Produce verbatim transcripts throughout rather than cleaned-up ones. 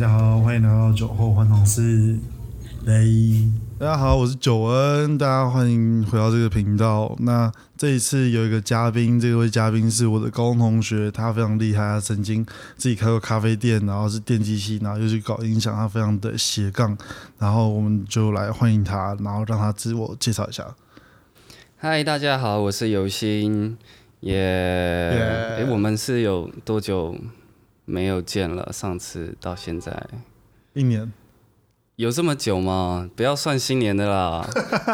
家好，欢迎来到酒后换同事雷。大家好，我是九恩，大家欢迎回到这个频道。那这一次有一个嘉宾，这位嘉宾是我的高中同学，他非常厉害，他曾经自己开过咖啡店，然后是电机系，然后又去搞音响，他非常的斜杠。然后我们就来欢迎他，然后让他自我介绍一下。 嗨，大家好，我是游心，耶、yeah, 欸！我们是有多久没有见了？上次到现在一年， 有这么久吗？不要算新年的啦。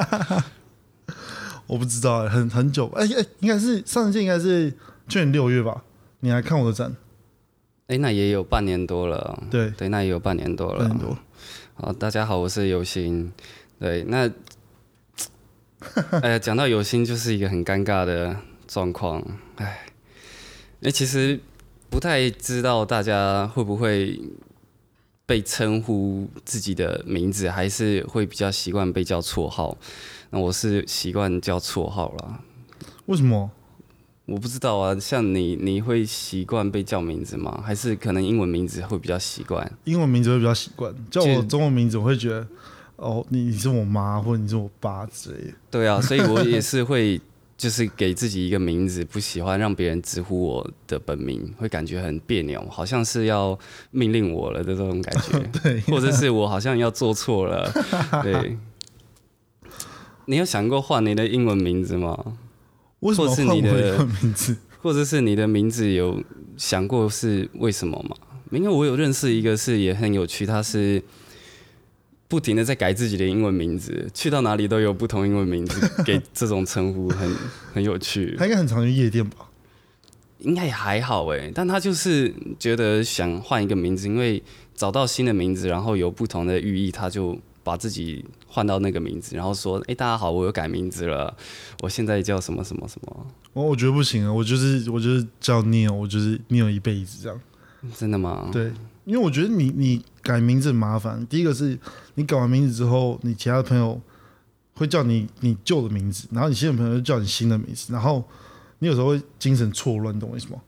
我不知道、欸，很很久，哎、欸、哎、欸，应该是上一届应该是去年六月吧？你来看我的展？ 哎、欸，那也有半年多了。 对对，那也有半年多了。 半年多。 好，大家好，我是游心。对，那。哎呀，讲到有心就是一个很尴尬的状况，哎，那其实不太知道大家会不会被称呼自己的名字，还是会比较习惯被叫绰号。那我是习惯叫绰号啦。 为什么？ 我不知道啊，像你，你会习惯被叫名字吗？还是可能英文名字会比较习惯？ 英文名字会比较习惯，叫我中文名字我会觉得。哦，你你是我妈，或者你是我爸之类的。 对啊，所以我也是会，就是给自己一个名字，不喜欢让别人直呼我的本名，会感觉很别扭，好像是要命令我了的这种感觉。 对， 或者是我好像要做错了。对，你有想过换你的英文名字吗？ 为什么换我的英文名字？ 或者是你的名字有想过是为什么吗？因为我有认识一个是也很有趣，他是。不停的在改自己的英文名字，去到哪里都有不同英文名字，给这种称呼很很有趣。 他应该很常去夜店吧？ 应该也还好哎，但他就是觉得想换一个名字，因为找到新的名字，然后有不同的寓意，他就把自己换到那个名字，然后说：“哎、欸，大家好，我有改名字了，我现在叫什么什么什么。” 我我觉得不行啊，我就是我就是叫 Neil， 我就是 Neil 一辈子这样。 真的吗？ 对。因为我觉得你你改名字很麻烦。第一个是你改完名字之后，你其他的朋友会叫你你旧的名字，然后你新的朋友就叫你新的名字，然后你有时候会精神错乱，懂我意思吗？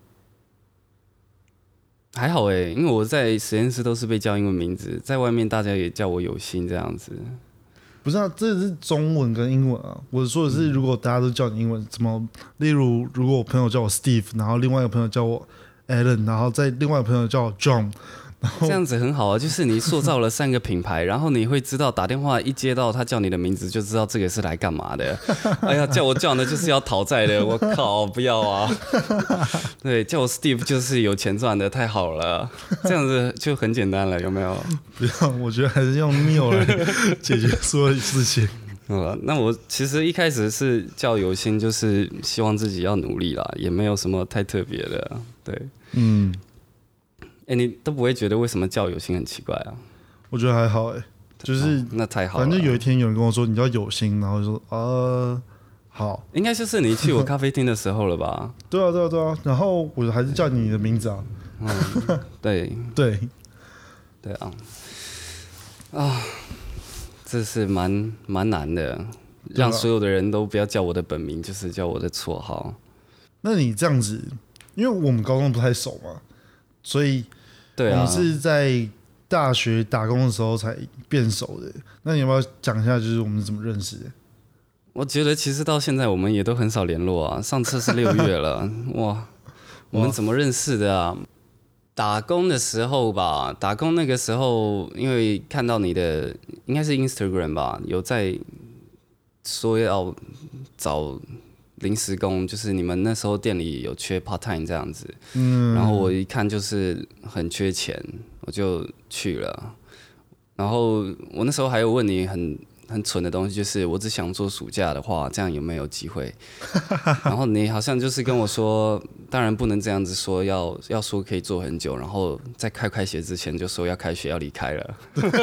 还好哎、欸，因为我在实验室都是被叫英文名字，在外面大家也叫我有心这样子。 不是啊，这是中文跟英文啊。我说的是，如果大家都叫你英文，怎么？例如，如果我朋友叫我 Steve， 然后另外一个朋友叫我 Alan， 然后再另外一个朋友叫我 John。 这样子很好啊，就是你塑造了三个品牌，然后你会知道打电话一接到他叫你的名字，就知道这个是来干嘛的。哎呀，叫我叫呢就是要讨债的，我靠，不要啊！对，叫我 Steve 就是有钱赚的，太好了，这样子就很简单了，有没有？ 不要，我觉得还是用 Neil 来解决所有事情。 嗯，那我其实一开始是叫有心，就是希望自己要努力啦，也没有什么太特别的，对， 嗯。 哎、欸，你都不会觉得为什么叫有心很奇怪啊？ 我觉得还好哎、欸，就是、哦、 那太好了。 反正有一天有人跟我说你叫有心，然后就说呃好， 应该就是你去我咖啡厅的时候了吧？ 对啊对啊对啊，然后我还是叫你的名字啊。 嗯，对对对啊啊，这是蛮蛮难的，让所有的人都不要叫我的本名，就是叫我的绰号。 那你这样子，因为我们高中不太熟嘛，所以。 对啊， 我们是在大学打工的时候才变熟的。那你要不要讲一下，就是我们是怎么认识的？ 我觉得其实到现在我们也都很少联络啊。上次是六月了，哇，我们怎么认识的啊？打工的时候吧，打工那个时候，因为看到你的应该是 Instagram 吧，有在说要找临时工，就是你们那时候店里有缺 part time 这样子，嗯，然后我一看就是很缺钱，我就去了。然后我那时候还有问你很很蠢的东西，就是我只想做暑假的话，这样有没有机会？然后你好像就是跟我说，当然不能这样子说，要要说可以做很久，然后在开开学之前就说要开学要离开了。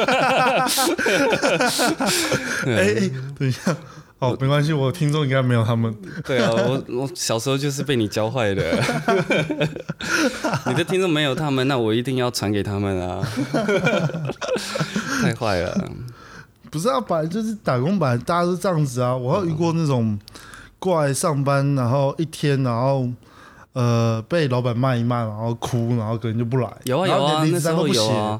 哎哎、欸，等一下。哦，没关系，我听众应该没有他们。 对啊，我我小时候就是被你教坏的。你的听众没有他们，那我一定要传给他们啊！太坏了。 不是啊，本来就是打工，本来大家都这样子啊。我还有遇过那种过来上班，然后一天，然后呃被老板骂一骂，然后哭，然后可能就不来。 有啊有啊，那时候有啊。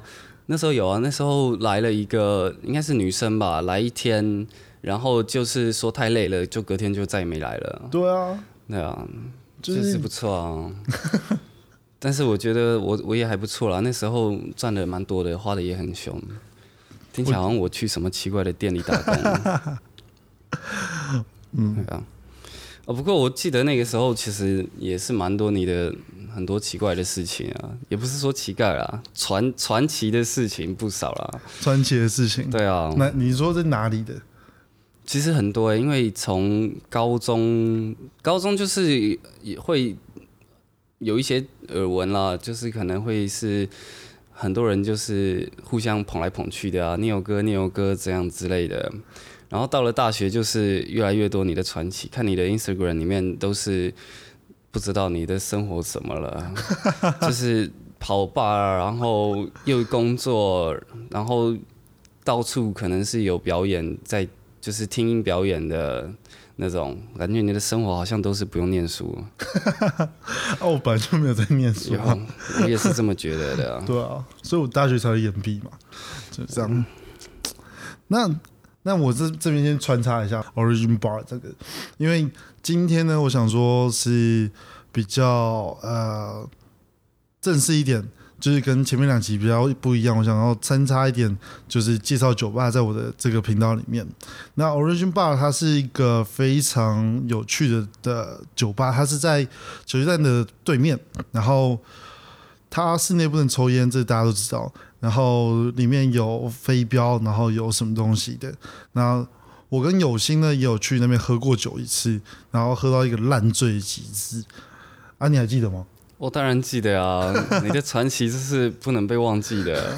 那时候有啊，那时候来了一个应该是女生吧，来一天，然后就是说太累了，就隔天就再也没来了。 对啊， 对啊， 就就是是不错啊。但是我觉得我我也还不错啦，那时候赚的蛮多的，花的也很凶。听起来好像我去什么奇怪的店里打工。嗯，对啊。哦，不过我记得那个时候其实也是蛮多你的很多奇怪的事情啊，也不是说奇怪啦，传传奇的事情不少啦。 传奇的事情， 对啊。 那你说在哪里的？ 其实很多、欸，因为从高中，高中就是也会有一些耳闻啦，就是可能会是很多人就是互相捧来捧去的啊，你有哥，你有哥这样之类的。然后到了大学，就是越来越多你的传奇，看你的 Instagram 里面都是不知道你的生活怎么了，就是跑吧，然后又工作，然后到处可能是有表演，在就是听音表演的那种，感觉你的生活好像都是不用念书。 哦，我本来就没有在念书、啊， 我也是这么觉得的、啊。 对啊，所以我大学才会延毕嘛，就这样。那。那我这这边先穿插一下 Origin Bar 这个，因为今天呢，我想说是比较呃正式一点，就是跟前面两集比较不一样。我想要穿插一点，就是介绍酒吧在我的这个频道里面。那 Origin Bar 它是一个非常有趣的的酒吧，它是在球站的对面，然后它室内不能抽烟，这大家都知道。然后里面有飞镖，然后有什么东西的。那我跟有心呢也有去那边喝过酒一次，然后喝到一个烂醉极致。啊，你还记得吗？ 我当然记得啊，你的传奇就是不能被忘记的。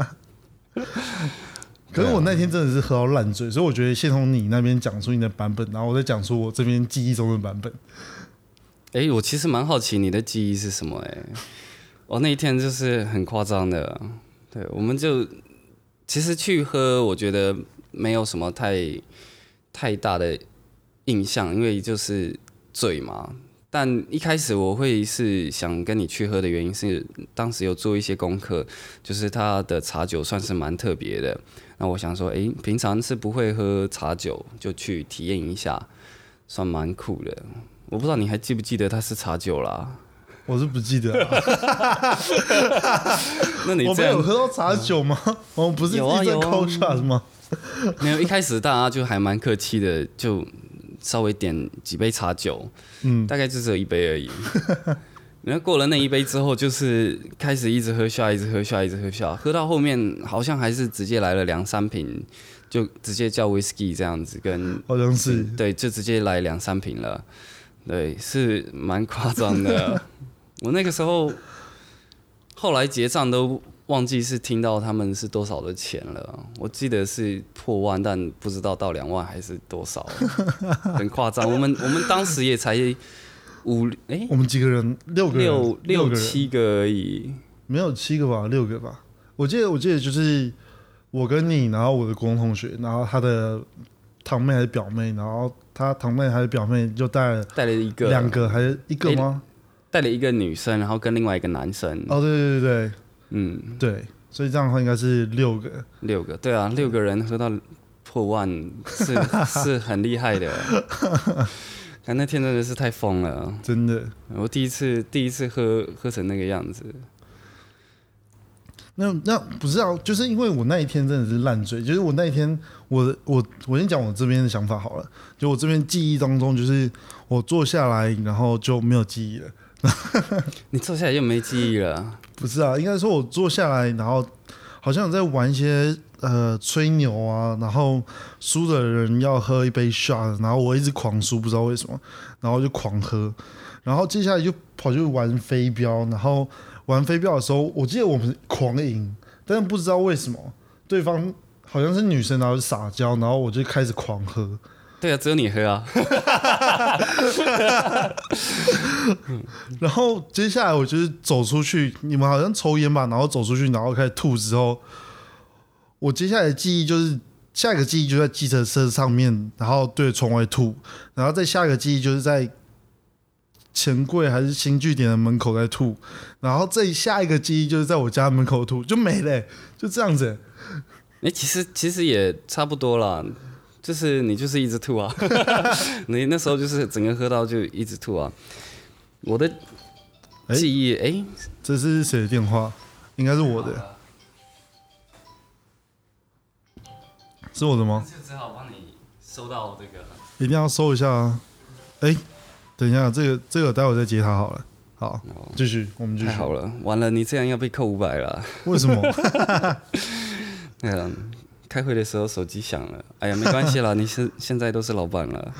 可是我那天真的是喝到烂醉，所以我觉得先从你那边讲出你的版本，然后我再讲出我这边记忆中的版本。 哎、欸，我其实蛮好奇你的记忆是什么哎、欸。我那一天就是很夸张的。对，我们就其实去喝，我觉得没有什么太太大的印象，因为就是醉嘛。但一开始我会是想跟你去喝的原因是，当时有做一些功课，就是它的茶酒算是蛮特别的。那我想说，哎，平常是不会喝茶酒，就去体验一下，算蛮酷的。我不知道你还记不记得它是茶酒啦？ 我是不记得啊。 那你这样， 我们有喝到茶酒吗？我们不是一直在 call shot 吗？ 没有，一开始大家就还蛮客气的，就稍微点几杯茶酒，嗯，大概就只有一杯而已。然后过了那一杯之后，就是开始一直喝下，一直喝下，一直喝下，喝到后面好像还是直接来了两三瓶，就直接叫 whisky 这样子，跟好像是对，就直接来两三瓶了，对，是蛮夸张的。我那个时候后来结账都忘记是听到他们是多少的钱了，我记得是破万，但不知道到两万还是多少，很夸张。我们我们当时也才五哎、欸， 我们几个人，六个人， 六六六七个而已， 没有七个吧，六个吧。我记得我记得就是我跟你，然后我的国中同学，然后他的堂妹还是表妹，然后他堂妹还是表妹就带了带了一个两个还是一个吗？ 带了一个女生，然后跟另外一个男生。 哦，对对对对， 嗯， 对，所以这样的话应该是六个。 六个，对啊，六个人喝到破万是是很厉害的。看那天真的是太疯了， 真的。 我第一次第一次喝喝成那个样子。 那那不是啊，就是因为我那一天真的是烂醉，就是我那一天，我我我先讲我这边的想法好了，就我这边记忆当中，就是我坐下来，然后就没有记忆了。 你坐下来就没记忆了？ 不是啊，应该说我坐下来，然后好像有在玩一些呃吹牛啊，然后输的人要喝一杯 shot， 然后我一直狂输，不知道为什么，然后就狂喝，然后接下来就跑去玩飞镖，然后玩飞镖的时候，我记得我们狂赢，但是不知道为什么对方好像是女生，然后就撒娇，然后我就开始狂喝。 对啊，只有你喝啊。 然后接下来我就是走出去，你们好像抽烟吧，然后走出去，然后开始吐之后，我接下来的记忆就是下一个记忆就在计程车上面，然后对着窗外吐，然后再下一个记忆就是在钱柜还是新据点的门口在吐，然后这下一个记忆就是在我家门口吐，就没了、欸，就这样子、欸。 哎、欸，其实其实也差不多啦，就是你就是一直吐啊，你那时候就是整个喝到就一直吐啊。我的记忆，哎、欸， 这是谁的电话？应该是我的，是我的吗？ 就只好帮你收到这个， 一定要收一下啊！哎、欸，等一下，这个这个待会再接他好了。好，继续，我们继续。 太好了，完了，你这样要被扣五百了。 为什么？ 对啊，开会的时候手机响了，哎呀，没关系啦，你是现在都是老板了，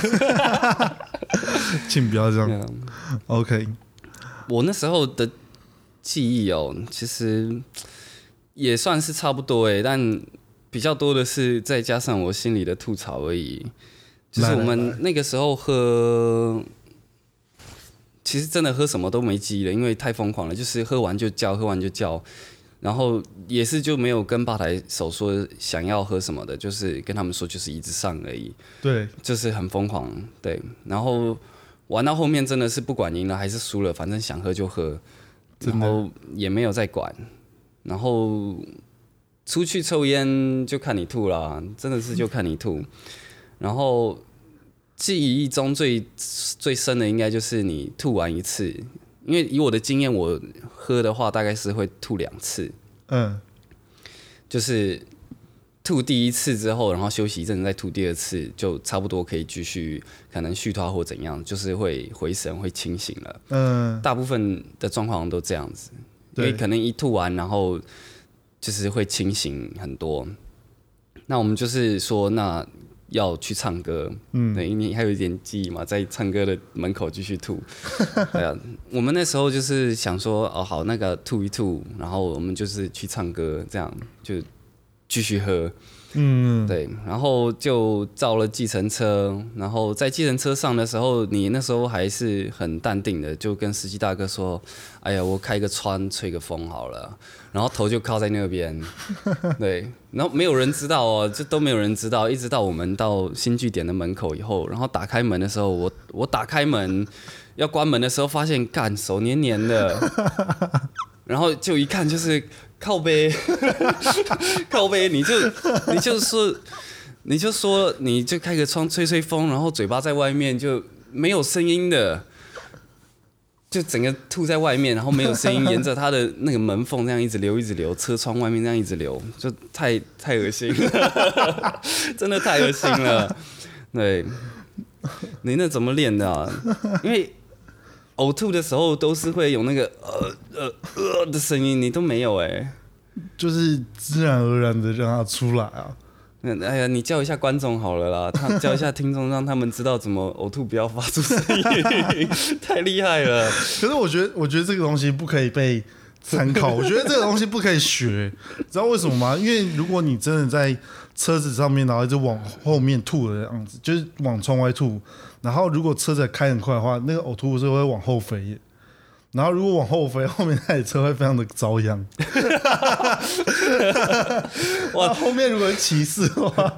请不要这样。OK， 我那时候的记忆哦，其实也算是差不多哎，但比较多的是再加上我心里的吐槽而已。就是我们那个时候喝，其实真的喝什么都没记忆了，因为太疯狂了，就是喝完就叫，喝完就叫。然后也是就没有跟吧台手说想要喝什么的，就是跟他们说就是一直上而已。 对， 就是很疯狂，对。然后玩到后面真的是不管赢了还是输了，反正想喝就喝，然后也没有再管。然后出去抽烟就看你吐啦，真的是就看你吐。然后记忆中最最深的应该就是你吐完一次。因为以我的经验，我喝的话大概是会吐两次， 嗯， 就是吐第一次之后，然后休息一阵子再吐第二次，就差不多可以继续可能续托或怎样，就是会回神会清醒了。嗯，大部分的状况都这样子，因为可能一吐完，然后就是会清醒很多。那我们就是说，那要去唱歌，嗯，对，因为还有一点记忆嘛，在唱歌的门口继续吐，对啊，我们那时候就是想说，哦，好，那个吐一吐，然后我们就是去唱歌，这样就继续喝，嗯，对，然后就造了计程车，然后在计程车上的时候，你那时候还是很淡定的，就跟司机大哥说，哎呀，我开个窗吹个风好了。然后头就靠在那边，对，然后没有人知道哦，就都没有人知道，一直到我们到新据点的门口以后，然后打开门的时候，我我打开门要关门的时候，发现干手黏黏的，然后就一看就是靠背，靠背，你就你就说你就说你就开个窗吹吹风，然后嘴巴在外面就没有声音的。就整个吐在外面，然后没有声音，沿着它的那个门缝这样一直流，一直流，车窗外面这样一直流，就太太恶心了，真的太恶心了。对，你那怎么练的啊？因为呕吐的时候都是会有那个呃呃呃的声音，你都没有哎、欸， 就是自然而然的让它出来啊。 哎呀，你教一下观众好了啦，他教一下听众，让他们知道怎么呕吐不要发出声音，太厉害了。 可是我觉得，我觉得这个东西不可以被参考，我觉得这个东西不可以学，知道为什么吗？因为如果你真的在车子上面，然后一直往后面吐的样子，就是往窗外吐，然后如果车子开很快的话，那个呕吐是会往后飞。然后如果往后飞，后面那台车会非常的遭殃。哇，后面如果是骑士的话，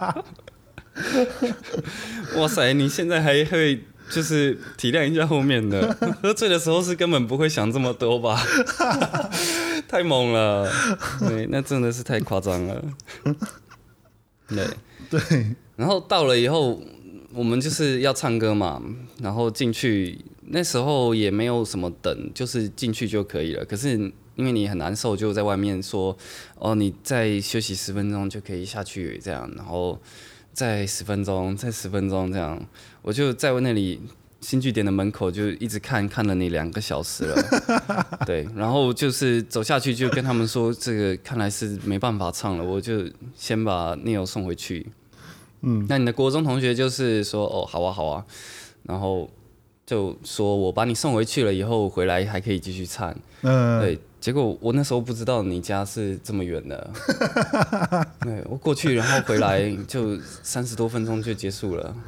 哇塞，你现在还会就是体谅一下后面的，喝醉的时候是根本不会想这么多吧？太猛了，对，那真的是太夸张了。对对， 然后到了以后，我们就是要唱歌嘛，然后进去。那时候也没有什么等，就是进去就可以了。可是因为你很难受，就在外面说，哦，你再休息十分钟就可以下去，这样，然后再十分钟，再十分钟这样，我就在那里新据点的门口就一直看看了你两个小时了，对，然后就是走下去就跟他们说，这个看来是没办法唱了，我就先把 Neil 送回去。嗯，那你的国中同学就是说，哦，好啊，好啊，然后。就说我把你送回去了以后，回来还可以继续唱。嗯，对。结果我那时候不知道你家是这么远的，对，我过去然后回来就三十多分钟就结束了。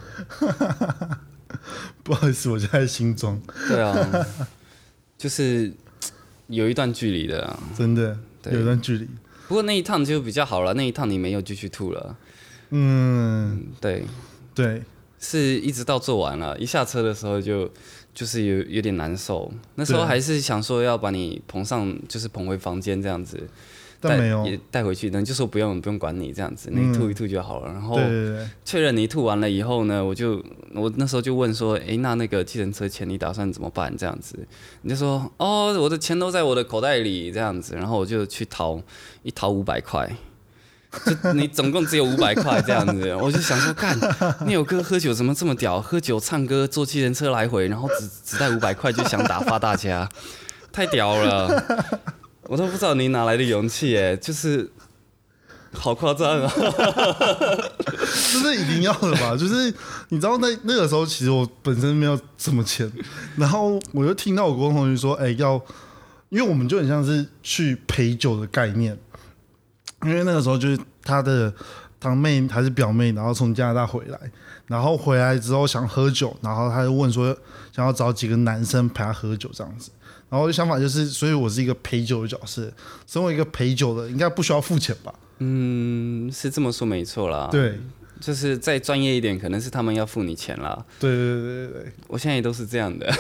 不好意思，我家在新庄。 对啊，就是有一段距离的、啊， 真的有一段距离。 不过那一趟就比较好了，那一趟你没有继续吐了。嗯，对对。 是一直到做完了，一下车的时候就就是有有点难受。那时候还是想说要把你捧上，就是捧回房间这样子。 但没有也带回去，人就说不用不用管你这样子，你吐一吐就好了。嗯、然后确认你吐完了以后呢，我就我那时候就问说，哎、欸，那那个计程车钱你打算怎么办？这样子，你就说哦，我的钱都在我的口袋里这样子，然后我就去掏，一掏五百块，就你总共只有五百块这样子，我就想说，干，你有哥喝酒怎么这么屌？喝酒唱歌坐计程车来回，然后只只带五百块就想打发大家，太屌了！我都不知道你哪来的勇气哎，就是好夸张啊！ 这是一定要的吧？就是你知道那那个时候，其实我本身没有什么钱，然后我就听到我国中同学说，哎、欸，要，因为我们就很像是去陪酒的概念，因为那个时候就是他的堂妹还是表妹，然后从加拿大回来，然后回来之后想喝酒，然后他就问说想要找几个男生陪他喝酒这样子。然后我的想法就是，所以我是一个陪酒的角色。身为一个陪酒的，应该不需要付钱吧？ 嗯，是这么说没错啦。 对， 就是再专业一点，可能是他们要付你钱啦。 对对对对对， 我现在也都是这样的，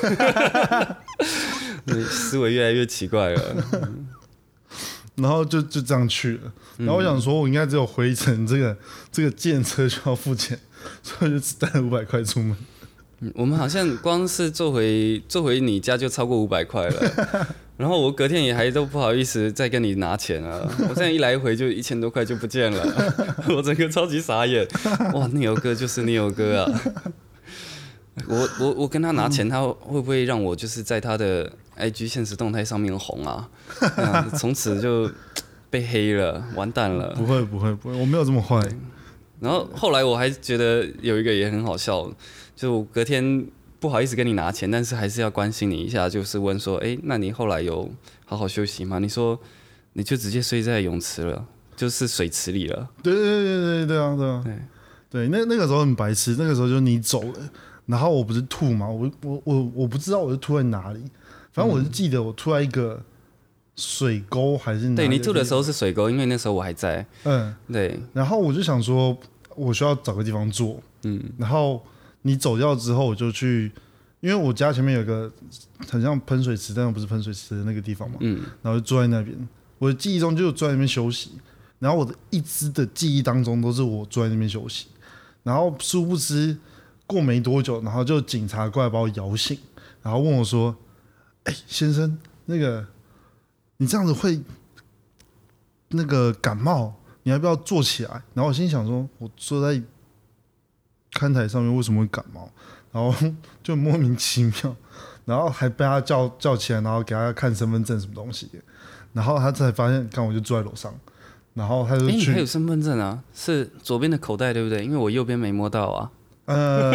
思维越来越奇怪了。嗯、 然后就就这样去了。然后我想说，我应该只有回程这个这个建车需要付钱，所以就只带了五百块出门。 我们好像光是坐回坐回你家就超过五百块了，然后我隔天也还都不好意思再跟你拿钱了。我现在一来回就一千多块就不见了，我整个超级傻眼。哇，那有哥就是你有哥啊！我我我跟他拿钱，他会不会让我就是在他的 I G 限时动态上面红啊？从此就被黑了，完蛋了。 不会不会不会，我没有这么坏。 然后后来我还觉得有一个也很好笑。就隔天不好意思跟你拿钱，但是还是要关心你一下，就是问说，哎、欸，那你后来有好好休息吗？你说你就直接睡在泳池了，就是水池里了。 对对对对对啊对啊对对，那那个时候很白痴，那个时候就你走了，然后我不是吐嘛，我我我我不知道我是吐在哪里，反正我是记得我吐在一个水沟还是哪里。 对，你吐的时候是水沟，因为那时候我还在。嗯，对。 然后我就想说，我需要找个地方坐。嗯，然后。你走掉之后，我就去，因为我家前面有个很像喷水池，但又不是喷水池的那个地方嘛，嗯，然后就坐在那边。我的记忆中就坐在那边休息，然后我的一直的记忆当中都是我坐在那边休息，然后殊不知过没多久，然后就警察过来把我摇醒，然后问我说：“哎、欸，先生，那个你这样子会那个感冒，你要不要坐起来？”然后我心想说，我坐在看台上面为什么会感冒？然后就莫名其妙，然后还被他叫叫起来，然后给他看身份证什么东西，然后他才发现，刚我就坐在楼上，然后他就去。 哎、欸，你还有身份证啊？是左边的口袋对不对？因为我右边没摸到啊。 呃，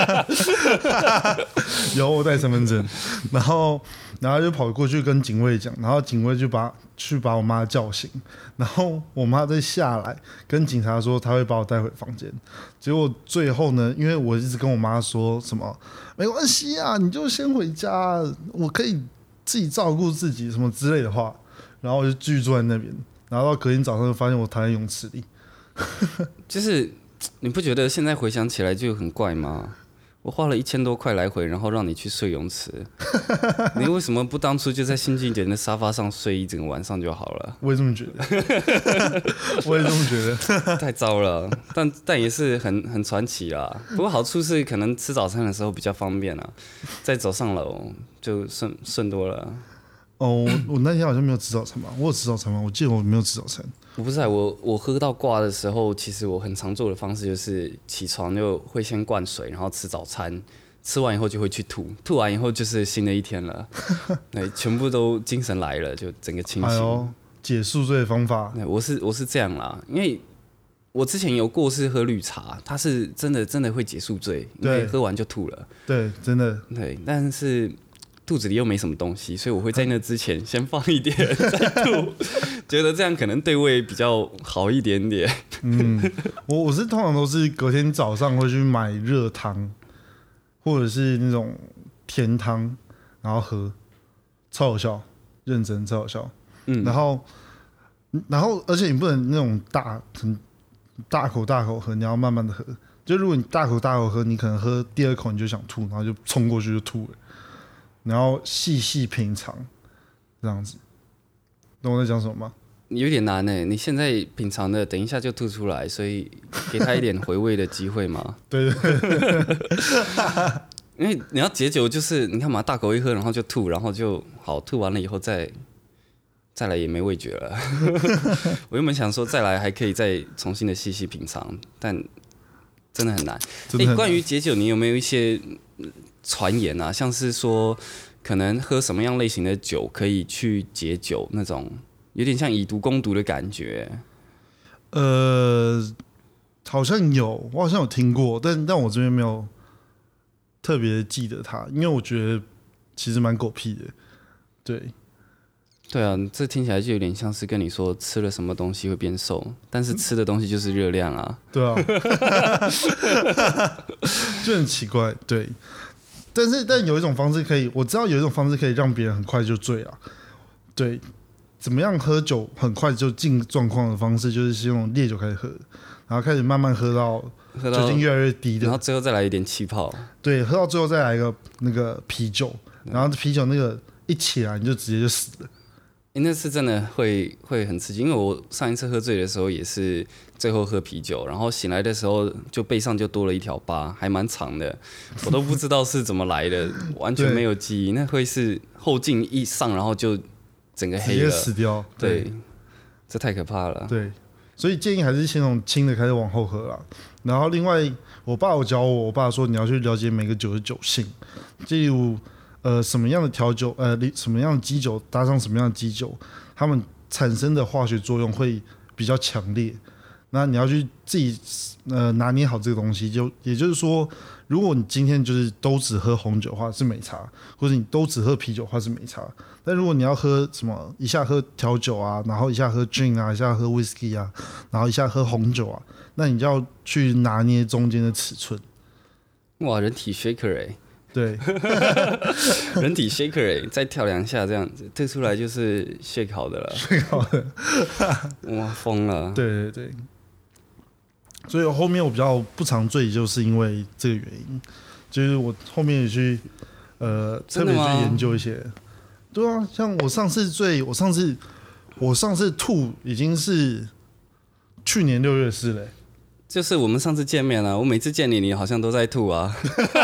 有我带身份证，然后然后就跑过去跟警卫讲，然后警卫就把去把我妈叫醒，然后我妈再下来跟警察说他会把我带回房间，结果最后呢，因为我一直跟我妈说什么没关系啊，你就先回家，我可以自己照顾自己什么之类的话，然后我就继续坐在那边，然后到隔天早上就发现我躺在泳池里， 就是。你不觉得现在回想起来就很怪吗？我花了一千多块来回，然后让你去睡泳池，你为什么不当初就在新经典的沙发上睡一整个晚上就好了？ 我也这么觉得，我也这么觉得， 太糟了，但但也是很很传奇啦。不过好处是可能吃早餐的时候比较方便啊，再走上楼就顺顺多了。 哦，我那天好像没有吃早餐吧？我有吃早餐吗？我记得我没有吃早餐。 我不是、啊、我我喝到挂的时候，其实我很常做的方式就是起床就会先灌水，然后吃早餐，吃完以后就会去吐，吐完以后就是新的一天了，对，全部都精神来了，就整个清醒。哎呦， 解宿醉的方法， 我是我是这样啦，因为我之前有过是喝绿茶，它是真的真的会解宿醉，因为喝完就吐了， 对，真的， 对，但是。肚子里又没什么东西，所以我会在那之前先放一点再吐，觉得这样可能对胃比较好一点点。 嗯，我我是通常都是隔天早上会去买热汤，或者是那种甜汤，然后喝，超有效，认真超有效。嗯，然后然后而且你不能那种大很大口大口喝，你要慢慢的喝， 就如果你大口大口喝，你可能喝第二口你就想吐，然后就冲过去就吐了，然后细细品尝这样子，懂我在讲什么吗？ 有点难诶，你现在品尝的，等一下就吐出来，所以给他一点回味的机会嘛。 对对对， 因为你要解酒，就是你看嘛，大口一喝，然后就吐，然后就好吐完了以后再再来也没味觉了。我原本想说再来还可以再重新的细细品尝，但真的很难。哎、欸，关于解酒，你有没有一些传言啊？像是说，可能喝什么样类型的酒可以去解酒那种？有点像以毒攻毒的感觉。 呃，好像有，我好像有听过，但但我这边没有特别记得它，因为我觉得其实蛮狗屁的。对， 对啊，这听起来就有点像是跟你说吃了什么东西会变瘦，但是吃的东西就是热量啊。 对啊，就很奇怪。对，但是但有一种方式可以，我知道有一种方式可以让别人很快就醉啊。对。怎么样喝酒很快就进状况的方式，就是先用烈酒开始喝，然后开始慢慢喝到酒精越来越低的， 然后最后再来一点气泡。 对，喝到最后再来一个那个啤酒，然后啤酒那个一起来你就直接就死了。 欸、那次真的会会很刺激，因为我上一次喝醉的时候也是最后喝啤酒，然后醒来的时候就背上就多了一条疤，还蛮长的，我都不知道是怎么来的，完全没有记忆。那会是后劲一上，然后就整个黑了， 直接死掉。 对，对，这太可怕了。 对，所以建议还是先从轻的开始往后喝啦。然后另外，我爸有教我，我爸说你要去了解每个酒的酒性，例如呃什么样的调酒，呃什么样的基酒搭上什么样的基酒，它们产生的化学作用会比较强烈。那你要去自己呃拿捏好这个东西，就也就是说，如果你今天就是都只喝红酒的话是没差，或者你都只喝啤酒的话是没差。但如果你要喝什么，一下喝调酒啊，然后一下喝 gin 啊，一下喝 whisky 啊，然后一下喝红酒啊，那你就要去拿捏中间的尺寸。 哇，人体 shaker 哎、欸， 对， 人体 shaker 哎、欸，再跳两下这样子，退出来就是 shake 好的了 ，shake 好的， 哇，疯了。 对对对，所以后面我比较不常醉，就是因为这个原因，就是我后面也去呃特别去研究一些。对啊，像我上次醉，我上次我上次吐已经是去年六月的事了、欸。 就是我们上次见面啊，我每次见你，你好像都在吐啊。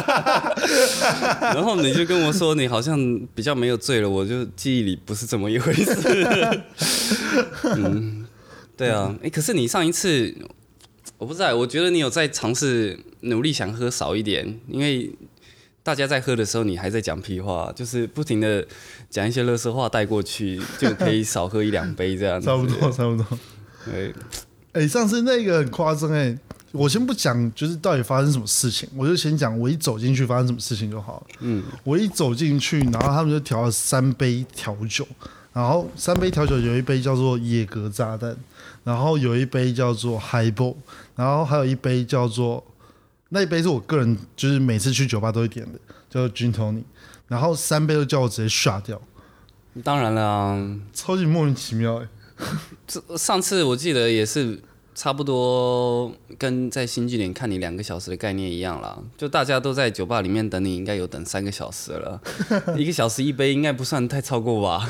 然后你就跟我说你好像比较没有醉了，我就记忆里不是这么一回事。嗯，对啊，哎、欸，可是你上一次我不知道，我觉得你有在尝试努力想喝少一点，因为大家在喝的时候，你还在讲屁话，就是不停的讲一些垃圾话带过去，就可以少喝一两杯这样子。 差不多，差不多。 对， 哎、欸，上次那个很夸张哎，我先不讲，就是到底发生什么事情，我就先讲我一走进去发生什么事情就好了。嗯，我一走进去，然后他们就调了三杯调酒，然后三杯调酒有一杯叫做野格炸弹，然后有一杯叫做 Highball， 然后还有一杯叫做。那一杯是我个人就是每次去酒吧都会点的，叫做 Gin Tonic， 然后三杯都叫我直接刷掉。 当然了、啊， 超级莫名其妙哎、 欸。上次我记得也是差不多跟在新据点看你两个小时的概念一样啦，就大家都在酒吧里面等你，应该有等三个小时了，一个小时一杯应该不算太超过吧。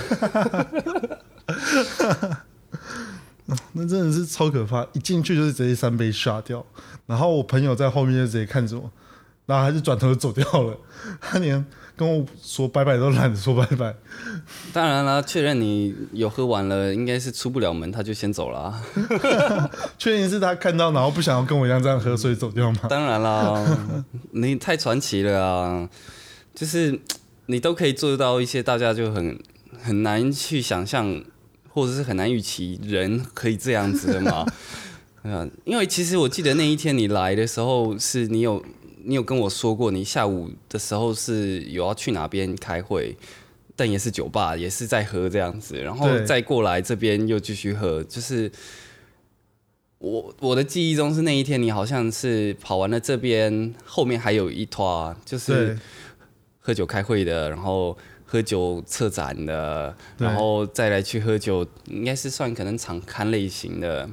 那真的是超可怕，一进去就是直接三杯刷掉，然后我朋友在后面就直接看着我，然后他就转头就走掉了，他连跟我说拜拜都懒得说拜拜。 当然了，确认你有喝完了，应该是出不了门，他就先走了、啊。 确定是他看到，然后不想要跟我一样这样喝，所以走掉吗？ 当然啦，你太传奇了啊！就是你都可以做到一些大家就很很难去想象。或者是很难预期人可以这样子的嘛？嗯，因为其实我记得那一天你来的时候，是你有你有跟我说过，你下午的时候是有要去哪边开会，但也是酒吧，也是在喝这样子，然后再过来这边又继续喝。就是我我的记忆中是那一天你好像是跑完了这边，后面还有一团就是喝酒开会的，然后。喝酒策展的，然后再来去喝酒，应该是算可能场刊类型的，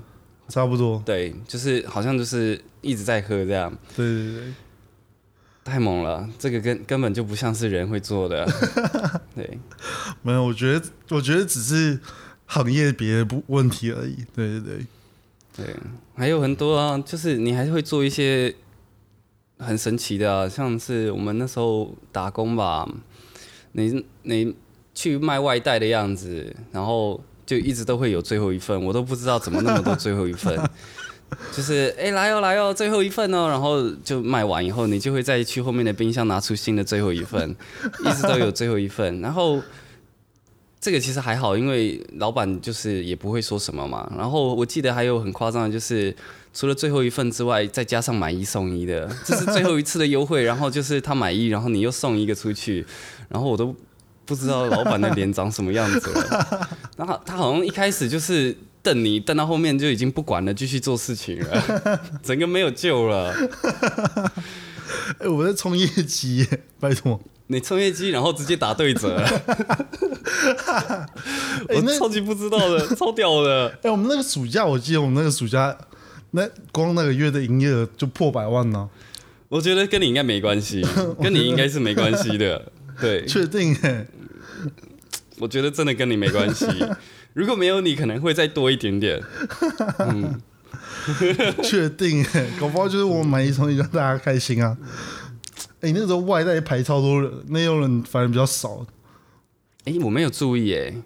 差不多。 对，就是好像就是一直在喝这样。 对对对， 太猛了，这个根根本就不像是人会做的。对， 没有，我觉得我觉得只是行业别的不问题而已。对对对， 对，还有很多啊，就是你还会做一些很神奇的啊，像是我们那时候打工吧，你你去卖外带的样子，然后就一直都会有最后一份，我都不知道怎么那么多最后一份。就是哎、欸、来哦来哦最后一份哦，然后就卖完以后，你就会再去后面的冰箱拿出新的最后一份，一直都有最后一份。然后这个其实还好，因为老板就是也不会说什么嘛。然后我记得还有很夸张的，就是除了最后一份之外，再加上买一送一的，这是最后一次的优惠。然后就是他买一，然后你又送一个出去，然后我都不知道老板的脸长什么样子了。然后他好像一开始就是瞪你，瞪到后面就已经不管了，继续做事情了，整个没有救了。 哎、欸，我在冲业绩耶，拜托。 你冲业绩，然后直接打对折。我超级不知道的，超屌的。 哎、欸，我们那个暑假，我记得我们那个暑假，那光那个月的营业额就破百万呢。 我觉得跟你应该没关系，跟你应该是没关系的。对， 确定哎。 我觉得真的跟你没关系。如果没有你，可能会再多一点点。嗯， 确定哎，搞不好就是我买一送一让大家开心啊。哎、欸，那时候外带排超多人，内用人反而比较少。 哎、欸，我没有注意哎，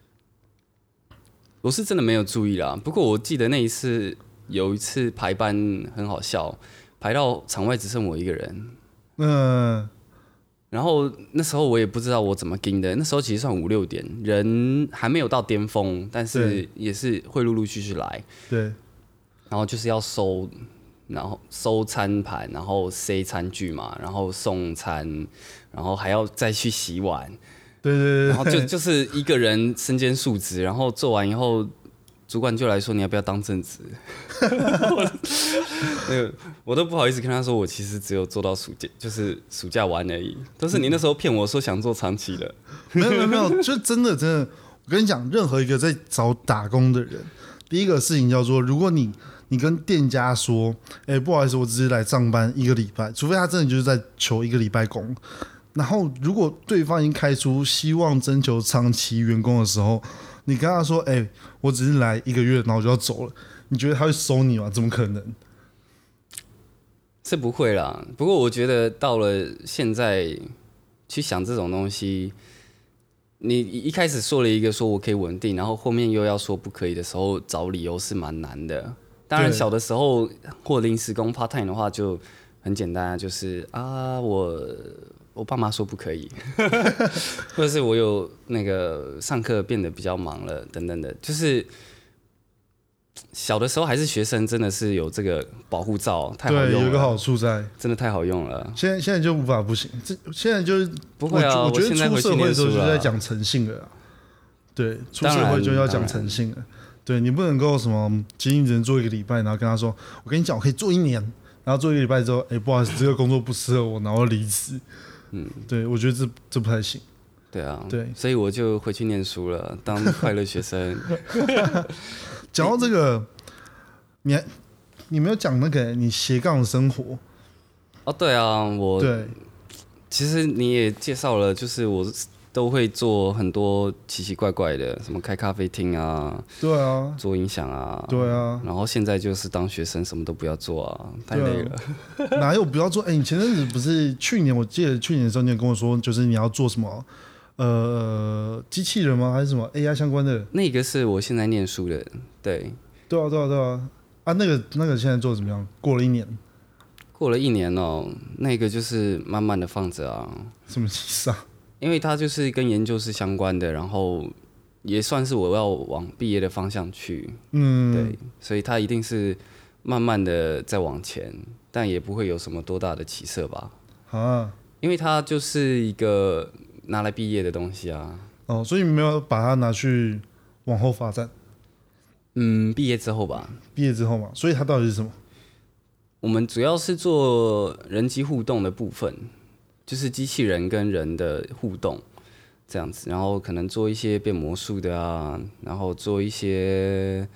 我是真的没有注意啦。不过我记得那一次有一次排班很好笑，排到场外只剩我一个人。嗯。然后那时候我也不知道我怎么盯的，那时候其实算五六点，人还没有到巅峰，但是也是会陆陆续续来。 对。 然后就是要收，然后收餐盘，然后塞餐具嘛，然后送餐，然后还要再去洗碗。 对对对。 然后就就是一个人身兼数职，然后做完以后，主管就来说你要不要当正职？那个我都不好意思跟他说，我其实只有做到暑假，就是暑假完而已。都是你那时候骗我说想做长期的。 没有没有没有，就真的真的，我跟你讲，任何一个在找打工的人，第一个事情叫做，如果你你跟店家说，哎、欸，不好意思，我只是来上班一个礼拜，除非他真的就是在求一个礼拜工。然后如果对方已经开出希望征求长期员工的时候，你跟他说，哎、欸，我只是来一个月，然后我就要走了，你觉得他会收你吗？怎么可能？ 是不会啦。不过我觉得到了现在去想这种东西，你一开始说了一个说我可以稳定，然后后面又要说不可以的时候，找理由是蛮难的。当然小的时候或临时工 part time 的话就很简单，就是啊我我爸妈说不可以，或者是我有那个上课变得比较忙了等等的，就是小的时候还是学生，真的是有这个保护罩，太好用了。 对，有一个好处在， 真的太好用了。 现在现在就无法不行，这现在就是不会啊。 我, 我觉得出社会的时候就在讲诚诚信了、啊，对，出社会就要讲诚信了。对，你不能够什么仅仅只能做一个礼拜，然后跟他说，我跟你讲，我可以做一年，然后做一个礼拜之后，哎、欸，不好意思，这个工作不适合我，然后离职。嗯，对，我觉得这这不太行。 对啊， 对， 所以我就回去念书了，当快乐学生。 讲到这个，你还你没有讲那个你斜杠的生活哦？对啊，我对， 其实你也介绍了，就是我都会做很多奇奇怪怪的，什么开咖啡厅啊， 对啊， 做音响啊， 对啊， 然后现在就是当学生，什么都不要做啊，太累了。 啊、哪有不要做？哎、欸，你前阵子不是去年，我记得去年的时候你也跟我说，就是你要做什么？呃，机器人吗？还是什么 A I 相关的？ 那个是我现在念书的，对。 对啊，对啊，对啊。啊，那个那个现在做得怎么样？过了一年。 过了一年哦，那个就是慢慢的放着啊。 什么意思啊？ 因为它就是跟研究是相关的，然后也算是我要往毕业的方向去。嗯，对，所以它一定是慢慢的在往前，但也不会有什么多大的起色吧。啊，因为它就是一个拿来毕业的东西啊。 哦，所以你没有把它拿去往后发展。 嗯，毕业之后吧。 毕业之后嘛，所以它到底是什么？ 我们主要是做人机互动的部分，就是机器人跟人的互动这样子，然后可能做一些变魔术的啊，然后做一些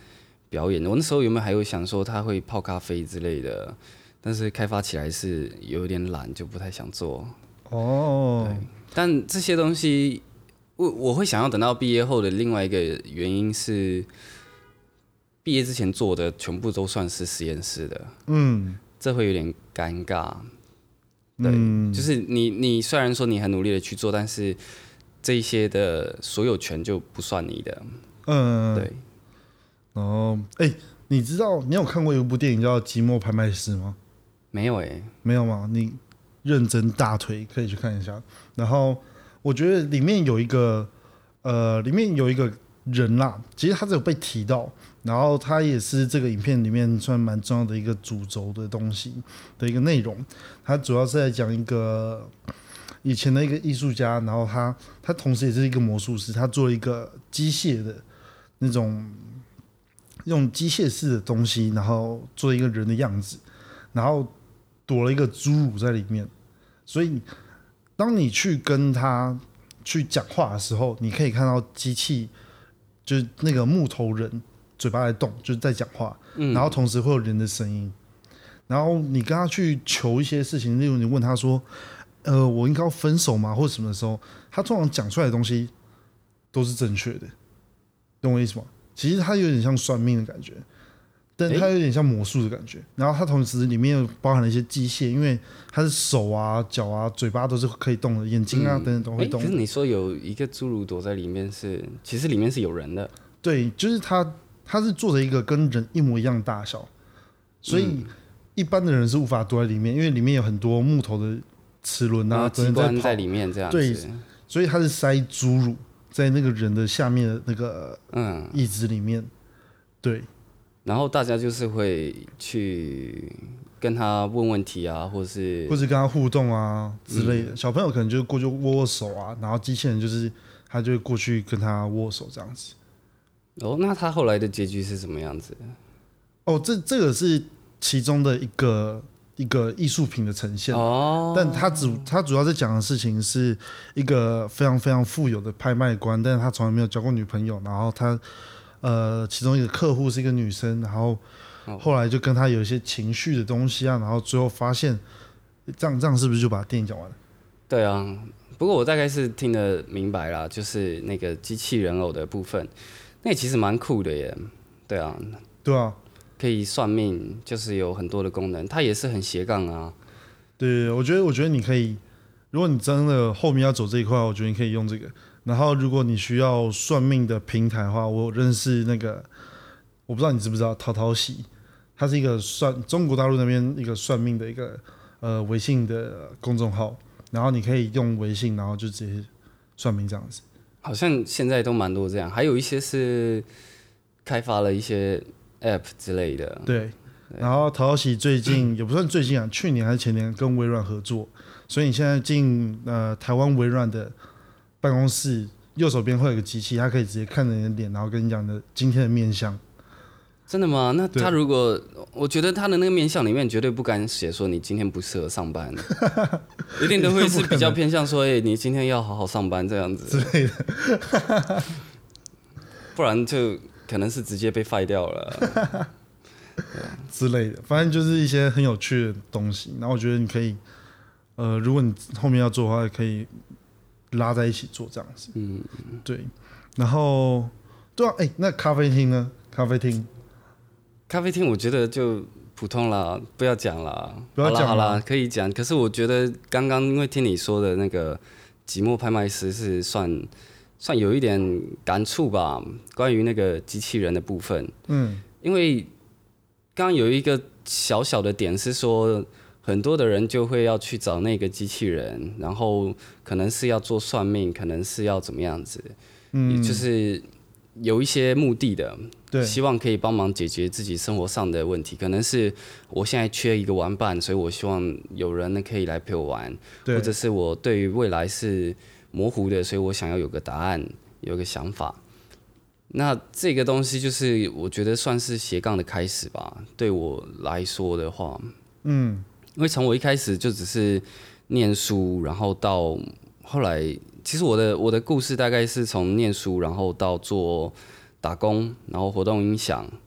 表演。我那时候有没有还有想说他会泡咖啡之类的，但是开发起来是有点懒，就不太想做。 哦， 对，但这些东西我我会想要等到毕业后的另外一个原因是，毕业之前做的全部都算是实验室的，嗯，这会有点尴尬。对，嗯、就是你你虽然说你很努力的去做，但是这一些的所有权就不算你的。嗯，对。 哦，哎、欸，你知道你有看过一部电影叫《寂寞拍卖师》吗？ 没有哎、欸， 没有吗？你认真大推，可以去看一下。然后我觉得里面有一个，呃，里面有一个人啦，其实他只有被提到，然后他也是这个影片里面算蛮重要的一个主轴的东西的一个内容。他主要是在讲一个以前的一个艺术家，然后他他同时也是一个魔术师，他做了一个机械的那种用机械式的东西，然后做一个人的样子，然后躲了一个侏儒在里面。所以当你去跟他去讲话的时候，你可以看到机器就是那个木头人嘴巴在动，就是在讲话，嗯、然后同时会有人的声音。然后你跟他去求一些事情，例如你问他说：“呃，我应该要分手吗？”或者什么的时候，他通常讲出来的东西都是正确的，懂我意思吗？其实他有点像算命的感觉，但它有点像魔术的感觉。然后它同时里面又包含了一些机械，因为它是手啊、脚啊、嘴巴都是可以动的，眼睛啊、嗯、等等都会动。 可是你说有一个侏儒躲在里面是，其实里面是有人的。 对，就是他，他是做着一个跟人一模一样的大小，所以一般的人是无法躲在里面，因为里面有很多木头的齿轮啊、 机关在里面这样子。 对，所以他是塞侏儒在那个人的下面的那个椅子里面，嗯、对。 然后大家就是会去跟他问问题啊，或是或是跟他互动啊之类的。嗯、小朋友可能就过去握握手啊，然后机器人就是他就会过去跟他握手这样子。 哦，那他后来的结局是什么样子？ 哦，这这个是其中的一个一个艺术品的呈现。哦，但他主他主要在讲的事情是一个非常非常富有的拍卖官，但是他从来没有交过女朋友，然后他。呃，其中一个客户是一个女生，然后后来就跟她有一些情绪的东西啊，然后最后发现，这样这样是不是就把电影讲完了？ 对啊，不过我大概是听得明白啦，就是那个机器人偶的部分，那其实蛮酷的耶。对啊， 对啊， 可以算命，就是有很多的功能，它也是很斜杠啊。 对，我觉得我觉得你可以，如果你真的后面要走这一块，我觉得你可以用这个。然后，如果你需要算命的平台的话，我认识那个，我不知道你知不知道，淘淘喜，它是一个算中国大陆那边一个算命的一个呃微信的公众号，然后你可以用微信，然后就直接算命这样子。 好像现在都蛮多这样，还有一些是开发了一些 App 之类的。 对，然后淘淘喜最近也不算最近啊，去年还是前年跟微软合作，所以你现在进呃台湾微软的办公室右手边会有个机器，它可以直接看着你的脸，然后跟你讲的今天的面相。 真的吗？那他如果，我觉得他的那个面相里面绝对不敢写说你今天不适合上班，一定都会是比较偏向说，哎、欸，你今天要好好上班这样子之类的， 不然就可能是直接被废掉了之类的。反正就是一些很有趣的东西。然后我觉得你可以，呃，如果你后面要做的话，可以拉在一起做这样子，嗯，对，然后对啊，哎、欸，那咖啡厅呢？咖啡厅， 咖啡厅，我觉得就普通啦，不要讲啦， 不要讲啦， 好啦，可以讲。可是我觉得刚刚因为听你说的那个寂寞拍卖师是算算有一点感触吧，关于那个机器人的部分，嗯，因为刚刚有一个小小的点是说。很多的人就会要去找那个机器人，然后可能是要做算命，可能是要怎么样子，嗯，就是有一些目的的，对，希望可以帮忙解决自己生活上的问题。可能是我现在缺一个玩伴，所以我希望有人可以来陪我玩，或者是我对于未来是模糊的，所以我想要有个答案，有个想法。那这个东西就是我觉得算是斜杠的开始吧，对我来说的话，嗯。因为从我一开始就只是念书，然后到后来，其实我的我的故事大概是从念书，然后到做打工，然后活动音响，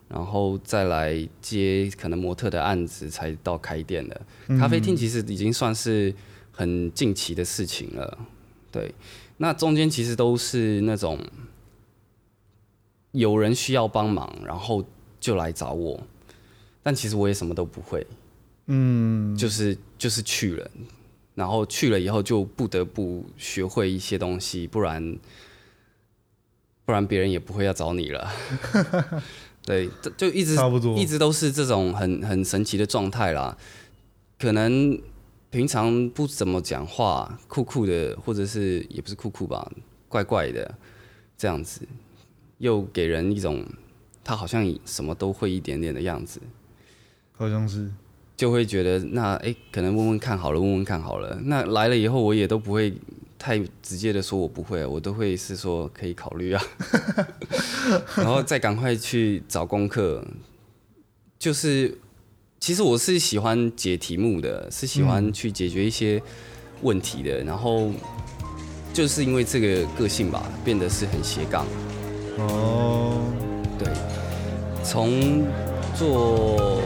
然后再来接可能模特的案子，才到开店的。咖啡厅其实已经算是很近期的事情了，对。那中间其实都是那种有人需要帮忙，然后就来找我，但其实我也什么都不会，嗯，就是就是去了，然后去了以后就不得不学会一些东西，不然不然别人也不会要找你了。对，就一直差不多， 一直都是这种很很神奇的状态啦。可能平常不怎么讲话，酷酷的，或者是也不是酷酷吧，怪怪的这样子，又给人一种他好像什么都会一点点的样子， 好像是， 就会觉得那哎、欸，可能问问看好了，问问看好了。那来了以后，我也都不会太直接的说我不会，我都会是说可以考虑啊，然后再赶快去找功课。就是其实我是喜欢解题目的，是喜欢去解决一些问题的，嗯、然后就是因为这个个性吧，变得是很斜杠。哦，对，从做